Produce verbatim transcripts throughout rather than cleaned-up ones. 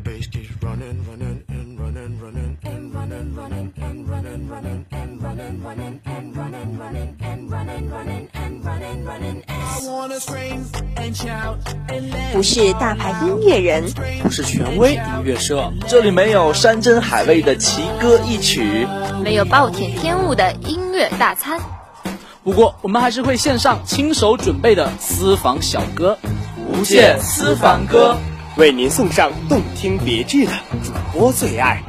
bass keeps running, running and running, running and running, running and running, running and running, running and running, running and running, running and running, running. I wanna scream and shout and let. 不是大牌音乐人， 不是权威音乐社，这里没有山珍海味的奇歌异曲， 没有暴殄天物的音乐大餐。 不过我们还是会献上亲手准备的私房小歌，无界私房歌， 为您送上动听别致的主播最爱。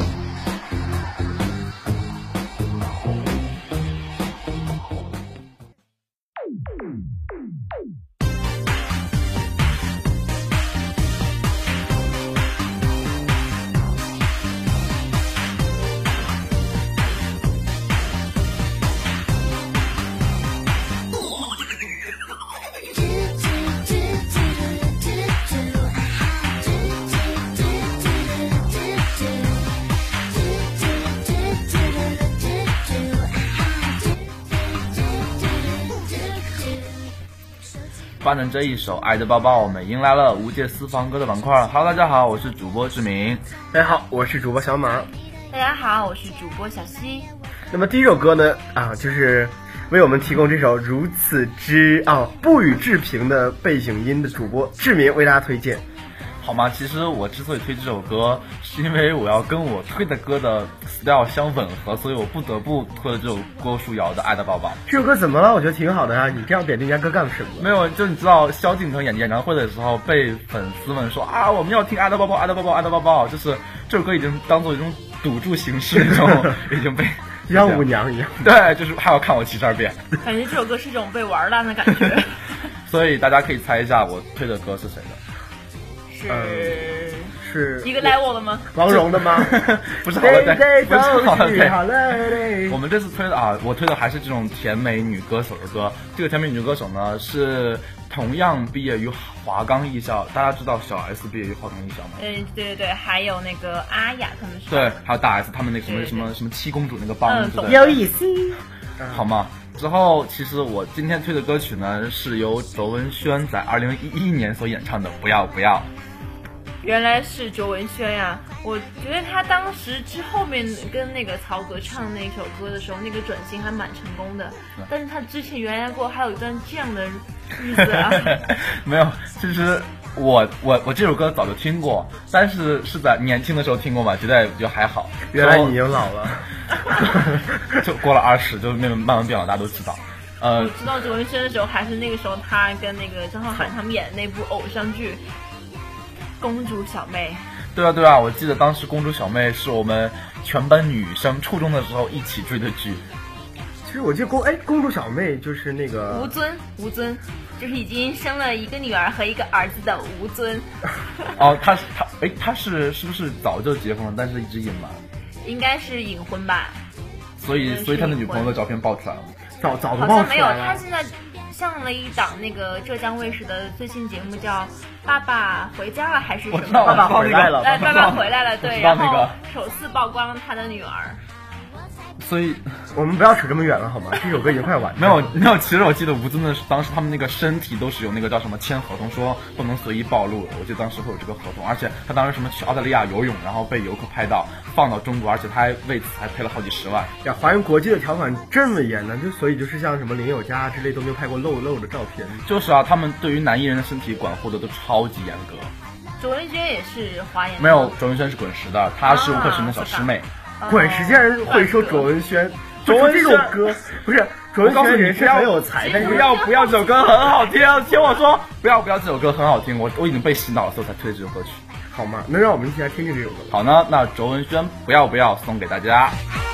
伴着这一首《爱的抱抱》，我们迎来了无界私房歌的板块。Hello， 大家好，我是主播志明。 大家好，我是主播小马。 大家好，我是主播小溪。 那么第一首歌呢，啊，就是为我们提供这首如此之啊不予置评的背景音的主播志明为大家推荐。 好吗？其实我之所以推这首歌，是因为我要跟我推的歌的 style 相吻合，所以我不得不推了这首郭书瑶的《爱的抱抱》。 这首歌怎么了？我觉得挺好的呀、啊！你这样点这家歌干什么？ 没有，就你知道萧敬腾演演唱会的时候，被粉丝们说啊，我们要听《爱的抱抱》，《爱的抱抱》，《爱的抱抱》，就是这首歌已经当做一种赌注形式，那种已经被像舞娘一样。 对，就是还要看我七十二变。 感觉这首歌是一种被玩烂的感觉。 所以大家可以猜一下我推的歌是谁的。 是、 嗯、是一个 level 的吗？ 王蓉的吗？ 不是好了，对，不是好了，对。 好了， 我们这次推的啊，我推的还是这种甜美女歌手的歌。这个甜美女歌手呢，是同样毕业于华冈艺校。大家知道小 S 毕业于华冈艺校吗？ 嗯，对对对，还有那个阿雅他们是。 对，还有大 S 他们那个什么对对对什么什么七公主那个帮， 嗯， 对有意思。 好吗？之后，其实我今天推的歌曲呢，是由卓文萱在二零一一年所演唱的《不要不要》。 原来是卓文萱呀！我觉得她当时之后面跟那个曹格唱那首歌的时候，那个转型还蛮成功的。但是她之前原来过还有一段这样的日子啊。 没有，其实我我我这首歌早就听过，但是是在年轻的时候听过嘛，觉得就还好。 原来你已经老了， 就过了二十，就慢慢慢慢变老，大家都知道。呃， 我知道卓文萱的时候，还是那个时候她跟那个张韶涵他们演的那部偶像剧。公主小妹， 对啊对啊，我记得当时公主小妹是我们全班女生初中的时候一起追的剧。 其实我记得公哎公主小妹就是那个吴尊，吴尊就是已经生了一个女儿和一个儿子的吴尊。 哦，他是他哎他是是不是早就结婚了，但是一直隐瞒？ 应该是隐婚吧。 所以所以他的女朋友的照片爆出来了， 早早就爆出来了。好像没有， 他现在上了一档那个浙江卫视的最新节目叫《爸爸回家了》还是什么？ 爸爸回来了， 哎，爸爸回来了，对， 然后首次曝光他的女儿。 所以我们不要扯这么远了好吗？这首歌已经快完了。 没有没有，其实我记得吴尊的当时他们那个身体都是有那个叫什么签合同，说不能随意暴露的。我记得当时会有这个合同，而且他当时什么去澳大利亚游泳，然后被游客拍到放到中国，而且他还为此还赔了好几十万。 呀，华人国际的条款这么严呢，就所以就是像什么林宥嘉之类都没有拍过露露的照片。 就是啊，他们对于男艺人的身体管护的都超级严格。 卓文萱也是华研的， 没有，卓文萱是滚石的，她是吴克群的小师妹。 啊、 滚石竟然会说卓文萱。卓文萱这首歌不是卓文萱人是很有才，但是不要不要这首歌很好听，听我说，不要不要这首歌很好听，我我已经被洗脑了，所以才推这首歌曲。 好吗？那让我们一起来听听这首歌。 好呢，那卓文萱不要不要送给大家。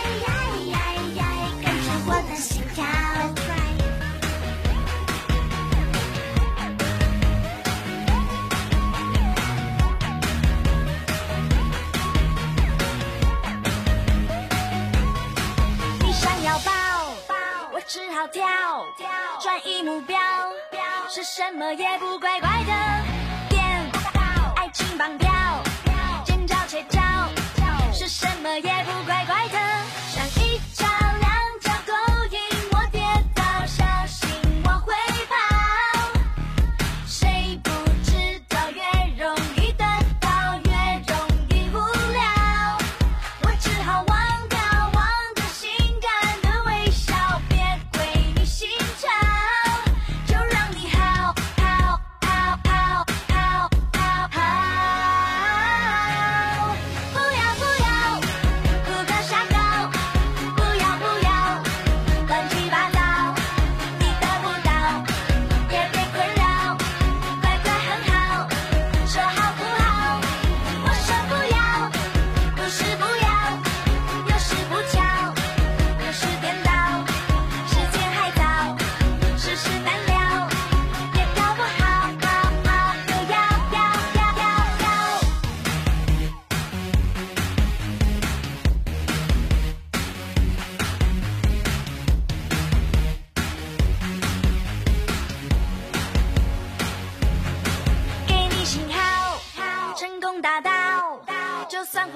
只好跳，转移目标，是什么也不怪怪的。点爱情绑票，尖叫切叫，是什么也不怪怪的。像一脚两脚勾引我跌倒，小心往回跑。谁不知道越容易得到越容易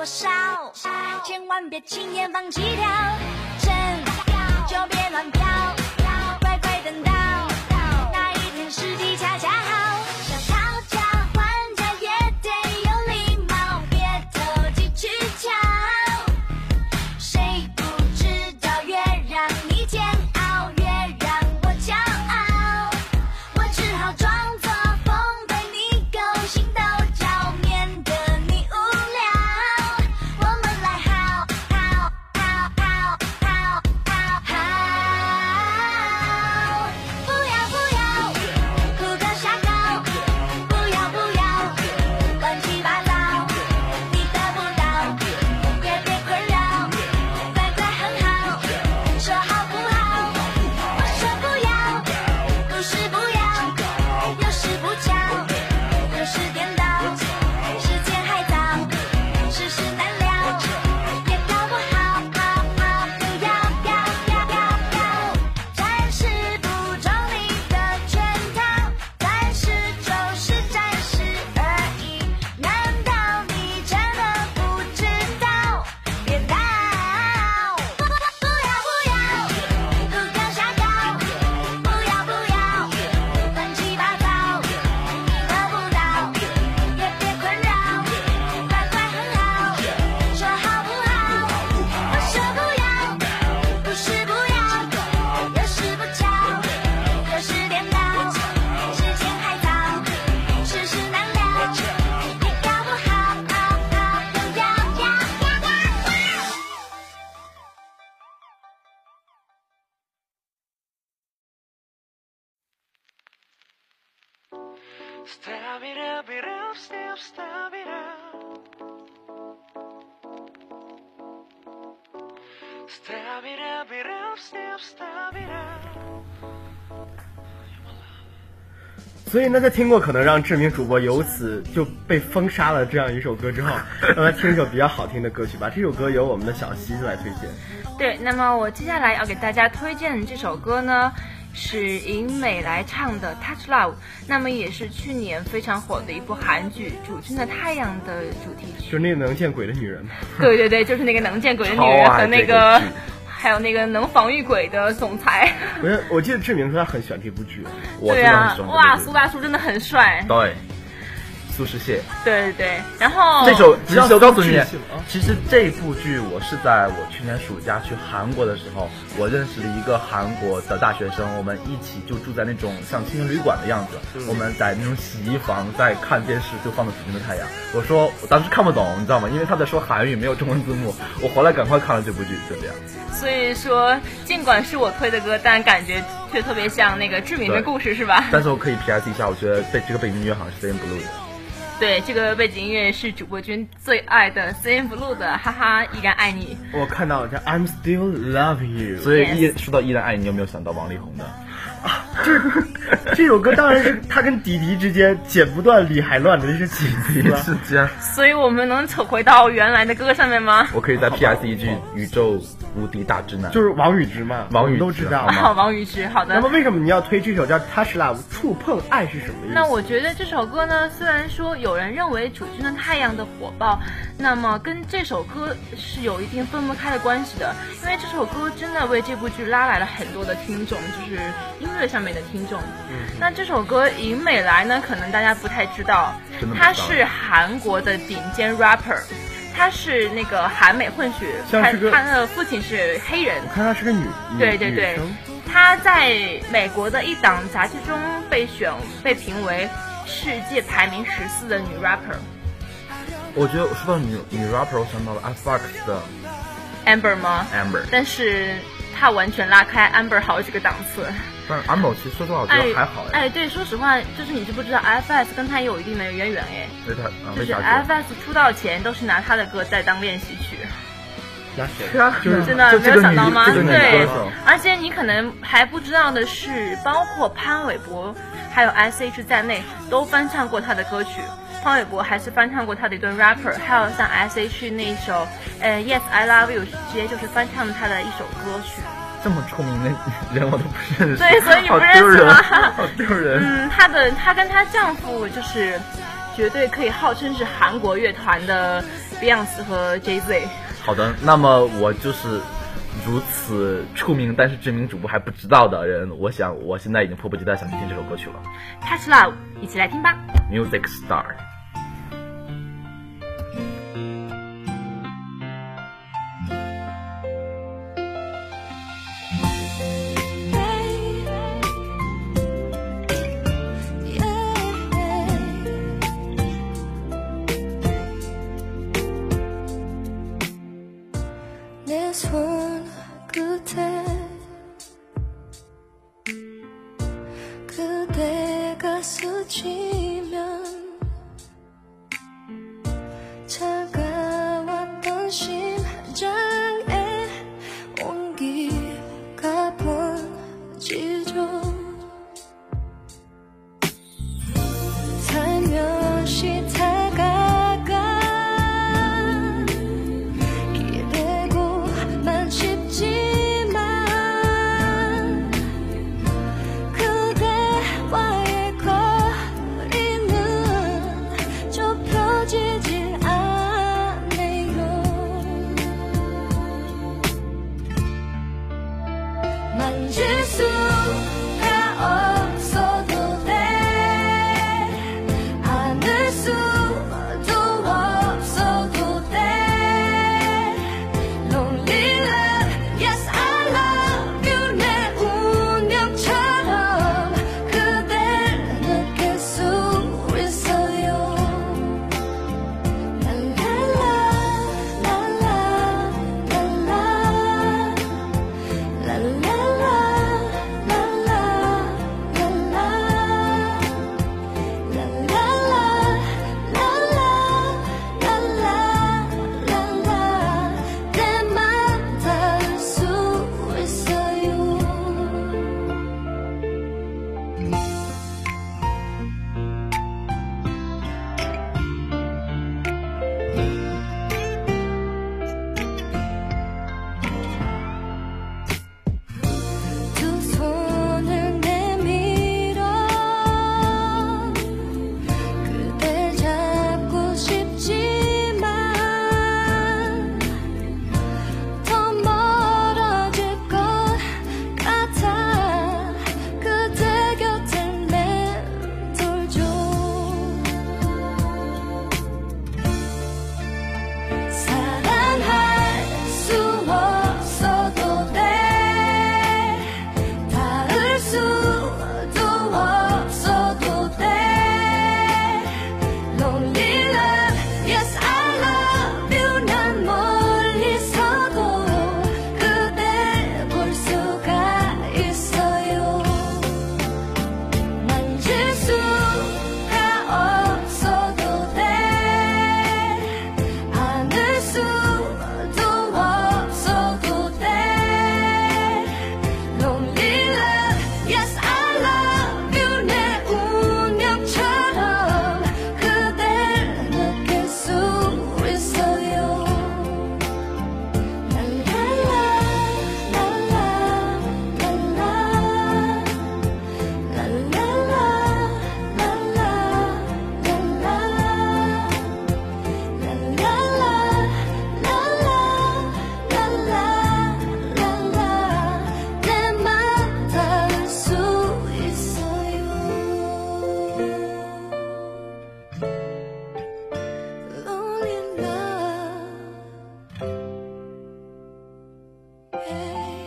火烧，千万别轻言放弃跳，真就别乱飘，乖乖等到那一天时机恰恰好。想讨价还价也得有礼貌，别投机取巧，谁不知道越让你煎熬越让我骄傲，我只好装作疯对你勾心斗角，免得你无聊，我们来好好好好好好好，不要不要胡搞瞎搞，不要不要乱七八糟，你得不到也别困扰，乖乖很好，说好不好？我说不要，不是不要，有时不巧，有时颠倒，时间还早，世事难料，也搞不好，好好又要要要要要，暂时不中你的圈套，暂时就是暂时而已，难道你真的不知道？别闹，不不要不要胡搞瞎搞，不要不要乱七八糟，你得不到也别困扰，乖乖很好，说好不好？我说不要，不是不要，有时不巧，有时颠倒，时间还早，世事难料，也搞不好，好好又要要要要。 Stop it up, it up, stop, stop it up. Stop it up, it up, stop, stop it up. 所以呢，在听过可能让知名主播由此就被封杀了这样一首歌之后，让他听一首比较好听的歌曲吧。这首歌由我们的小西子来推荐。 对，那么我接下来要给大家推荐这首歌呢，是尹美来唱的《Touch Love》，那么也是去年非常火的一部韩剧《主君的太阳》的主题曲。 就是那个能见鬼的女人嘛。 对对对，就是那个能见鬼的女人和那个，还有那个能防御鬼的总裁。 我我记得志明说他很喜欢这部剧。 对啊，哇，苏大叔真的很帅。 对。苏轼燮， 对对对，然后这首其实我告诉你，其实这部剧我是在我去年暑假去韩国的时候，我认识了一个韩国的大学生，我们一起就住在那种像青年旅馆的样子，嗯、我们在那种洗衣房在看电视，就放着《主君的太阳》。我说我当时看不懂，你知道吗？因为他在说韩语，没有中文字幕。我后来赶快看了这部剧，就这样。 所以说，尽管是我推的歌，但感觉却特别像那个志明的故事，是吧？ 但是我可以 P S 一下，我觉得背这个背景音乐好像是 C N Blue 的。 对，这个背景音乐是主播君最爱的 C N Blue 的，哈哈，依然爱你。 我看到这 I'm still loving you， 所以依说到依然爱你，你有没有想到王力宏的？ 啊，这这首歌当然是他跟迪迪之间剪不断理还乱的那些情敌之间。 所以我们能扯回到原来的歌上面吗？ 我可以再 P S 一句宇宙无敌大直男， 就是王宇之嘛， 王宇都知道啊，王宇之，好的。 那么为什么你要推这首叫 Touch Love 触碰爱是什么意思？ 那我觉得这首歌呢，虽然说有人认为主君的太阳的火爆，那么跟这首歌是有一定分不开的关系的，因为这首歌真的为这部剧拉来了很多的听众，就是音乐上面的听众。嗯，那这首歌尹美来呢，可能大家不太知道，她是韩国的顶尖 rapper。他是那个韩美混血，他他的父亲是黑人。 我看他是个女， 对对对，他在美国的一档杂志中被选被评为世界排名十四的女 rapper。 我觉得说到女女 rapper， 我想到了 F X 的 Amber 吗 ？Amber， 但是他完全拉开 Amber 好几个档次。 但是 Amber 其实说实话，我觉得还好哎。哎，对，说实话，就是你知不知道 F X 跟他也有一定的渊源哎。 对他， 嗯、就是 F X 出道前都是拿他的歌在当练习曲。 就是真的没有想到吗？ 这个、 对，而且你可能还不知道的是，包括潘玮柏还有 S H 在内都翻唱过他的歌曲。潘玮柏还是翻唱过他的一段 rapper， 还有像 S H 那一首呃 Yes I Love You 直接就是翻唱他的一首歌曲。 这么出名的人我都不认识， 对，所以你不认识吗？ 好丢人。 嗯，她的她跟她丈夫就是绝对可以号称是韩国乐团的 Beyonce 和 Jay Z。 好的，那么我就是如此出名但是知名主播还不知道的人，我想我现在已经迫不及待想听这首歌曲了。 Touch Love， 一起来听吧。 Music Star。 내 손 끝에 그대가 스치면 차가웠던 심장에 온기가 번지죠. 살며시 다가가 기대고만 싶지만 그대와의 거리는 좁혀지질 않네요. 만질 수가 없어도 돼, 안을 수도 없어도 돼. Lonely love, yes I love you. 내 운명처럼 그댈 느낄 수 있어요. 랄랄라 랄라 랄라 랄랄라 랄라 내맘 닿을 수 있어요. 두 손을 내밀어 그댈 잡고 싶지만 더 멀어질 것 같아 그대 곁을 맴돌죠. 사랑할 수 없어도 돼, 닿을 수도 없어도 돼. Lonely love, yes I love you. 난 멀리서도 그댈 볼 수가 있어요. 만질 수가 없어도 돼, 안을 수도 없어도 돼. Lonely love, yes I love you. 내 운명처럼 그댈 느낄 수 있어요. 랄랄라 랄라 랄라 랄랄라 랄라 내맘 닿을 수 있어요. Lonely love, yeah.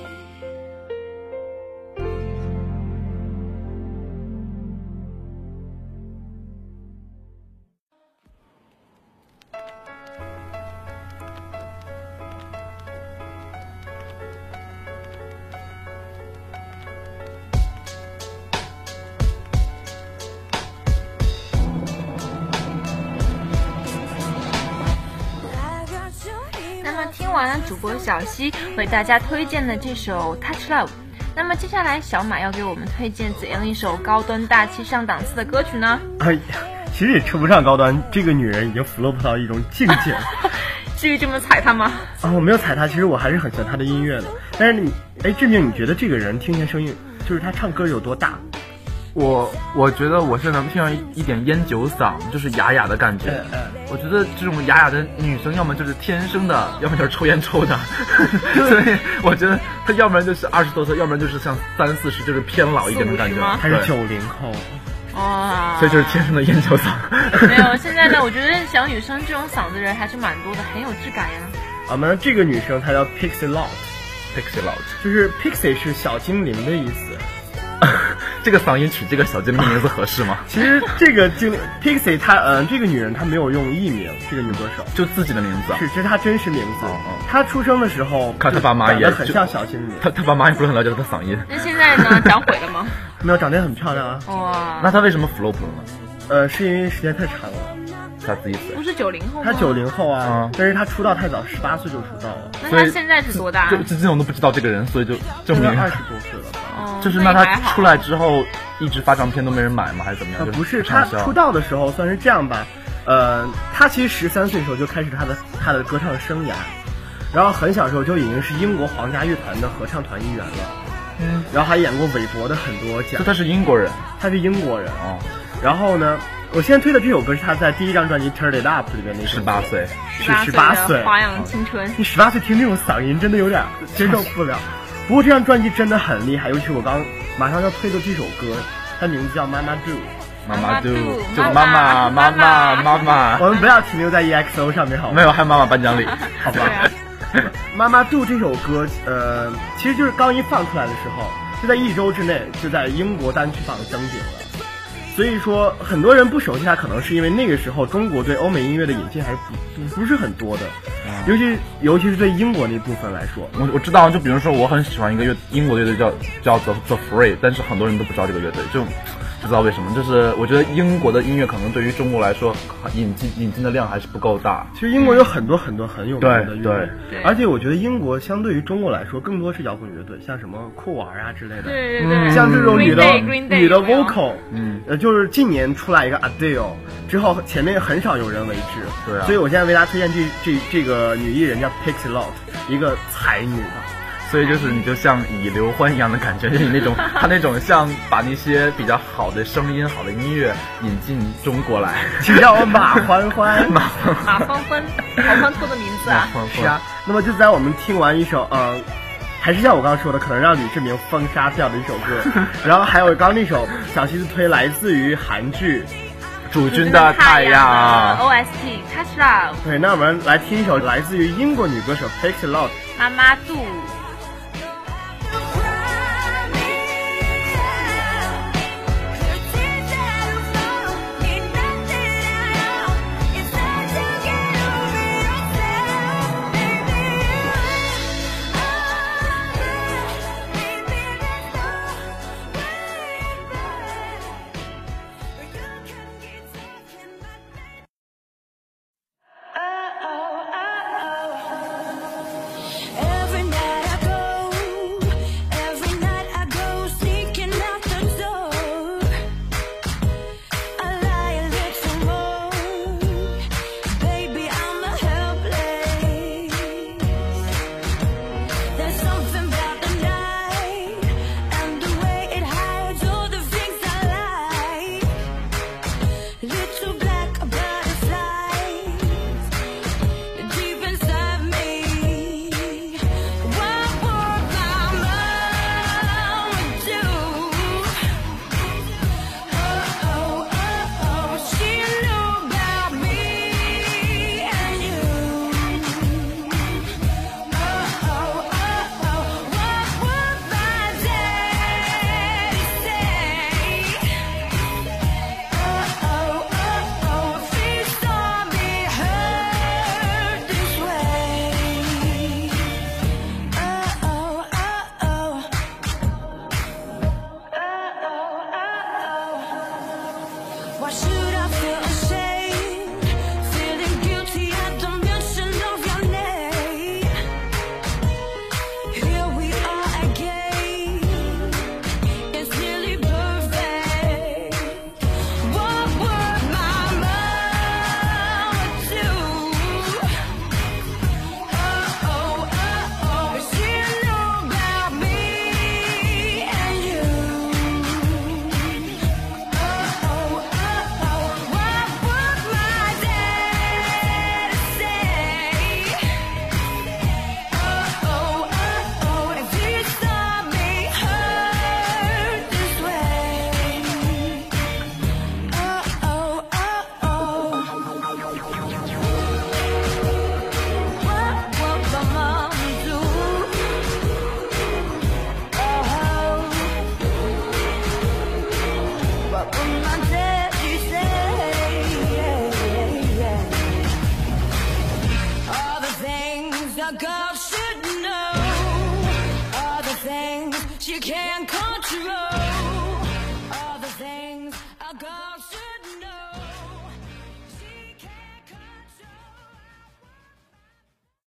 I got your 那么听完了主播小溪为大家推荐的这首 Touch Love， 那么接下来小马要给我们推荐怎样一首高端大气上档次的歌曲呢？ 哎呀，其实也称不上高端，这个女人已经 flop 到一种境界了。 至于这么踩她吗？ 啊，我没有踩她，其实我还是很喜欢她的音乐的。但是你，哎，志明，你觉得这个人听起来声音，就是她唱歌有多大？ 我我觉得我是能听上一一点烟酒嗓，就是哑哑的感觉。 嗯嗯我觉得这种哑哑的女生，要么就是天生的，要么就是抽烟抽的。所以我觉得她要不然就是二十多岁，要不然就是像三四十，就是偏老一点的感觉。 她是九零后。 哇， 所以就是天生的烟酒嗓。 没有，现在呢，我觉得小女生这种嗓子人还是蛮多的，很有质感呀。 我们这个女生她叫 Pixie Lott，Pixie Lott 就是 Pixie 是小精灵的意思。 这个嗓音取这个小精灵名字合适吗？ 其实这个精灵 Pixie 她嗯、呃，这个女人她没有用艺名，这个女歌手就自己的名字。 是，这是她真实名字。 哦哦她出生的时候， 看她爸妈也很像小精灵。 她她爸妈也不是很了解她的嗓音。 那现在呢？长毁了吗？ 没有，长得很漂亮啊。 哇， 那她为什么 flop 了呢？ 呃，是因为时间太长了。 她自己死。 不是九零后吗？ 她九零后啊， 嗯、 但是她出道太早，十八岁就出道了。 那她现在是多大？ 就就这种都不知道这个人，所以就证明二十多岁了吧。 哦， 就是那她出来之后一直发唱片都没人买吗？还是怎么样？ 呃、不是， 她出道的时候算是这样吧。呃，她其实十三岁的时候就开始她的她的歌唱生涯，然后很小时候就已经是英国皇家乐团的合唱团一员了。嗯，然后还演过韦伯的很多奖。 就他是英国人， 他是英国人哦。 然后呢，我现在推的这首歌是他在第一张专辑《Turn It Up》里面那首。 十八岁， 是十八岁， 花样青春。 你十八岁听这种嗓音，真的有点接受不了。不过这张专辑真的很厉害，尤其我刚马上要推的这首歌，它名字叫《妈妈 Do》。 妈妈 Do， 就妈妈妈妈妈妈。 我们不要停留在 E X O 上面好吗？ 没有，还有妈妈颁奖礼， 好吧。妈妈 Do 这首歌，呃，其实就是刚一放出来的时候，就在一周之内就在英国单曲榜登顶了。所以说，很多人不熟悉它，可能是因为那个时候中国对欧美音乐的引进还是不不是很多的，尤其尤其是对英国那部分来说。 我我知道，就比如说我很喜欢一个乐英国乐队叫叫 The The Free， 但是很多人都不知道这个乐队，就不知道为什么。就是我觉得英国的音乐可能对于中国来说引进引进的量还是不够大。 其实英国有很多很多很有名的乐队， 对， 而且我觉得英国相对于中国来说，更多是摇滚乐队，像什么酷玩啊之类的。 对对对， 像这种女的 Green Day, 女的 vocal， 嗯， 呃，就是近年出来一个 Adele 之后，前面很少有人为之。 对啊。 所以我现在为大家推荐这这这个女艺人叫 Pixie Lott， 一个才女啊。 所以就是你就像以刘欢一样的感觉，就是你那种他那种像把那些比较好的声音、好的音乐引进中国来。 请叫我马欢欢， 马欢马欢欢，好欢脱的名字啊！ 是啊。那么就在我们听完一首，呃，还是像我刚刚说的，可能让吕志明封杀掉的一首歌，然后还有刚刚那首小西子推来自于韩剧 《主君的太阳》 O S T Touch Love。 对，那我们来听一首来自于英国女歌手 Pixie Lott 妈妈度。 Every night girl should know all the things she can't control.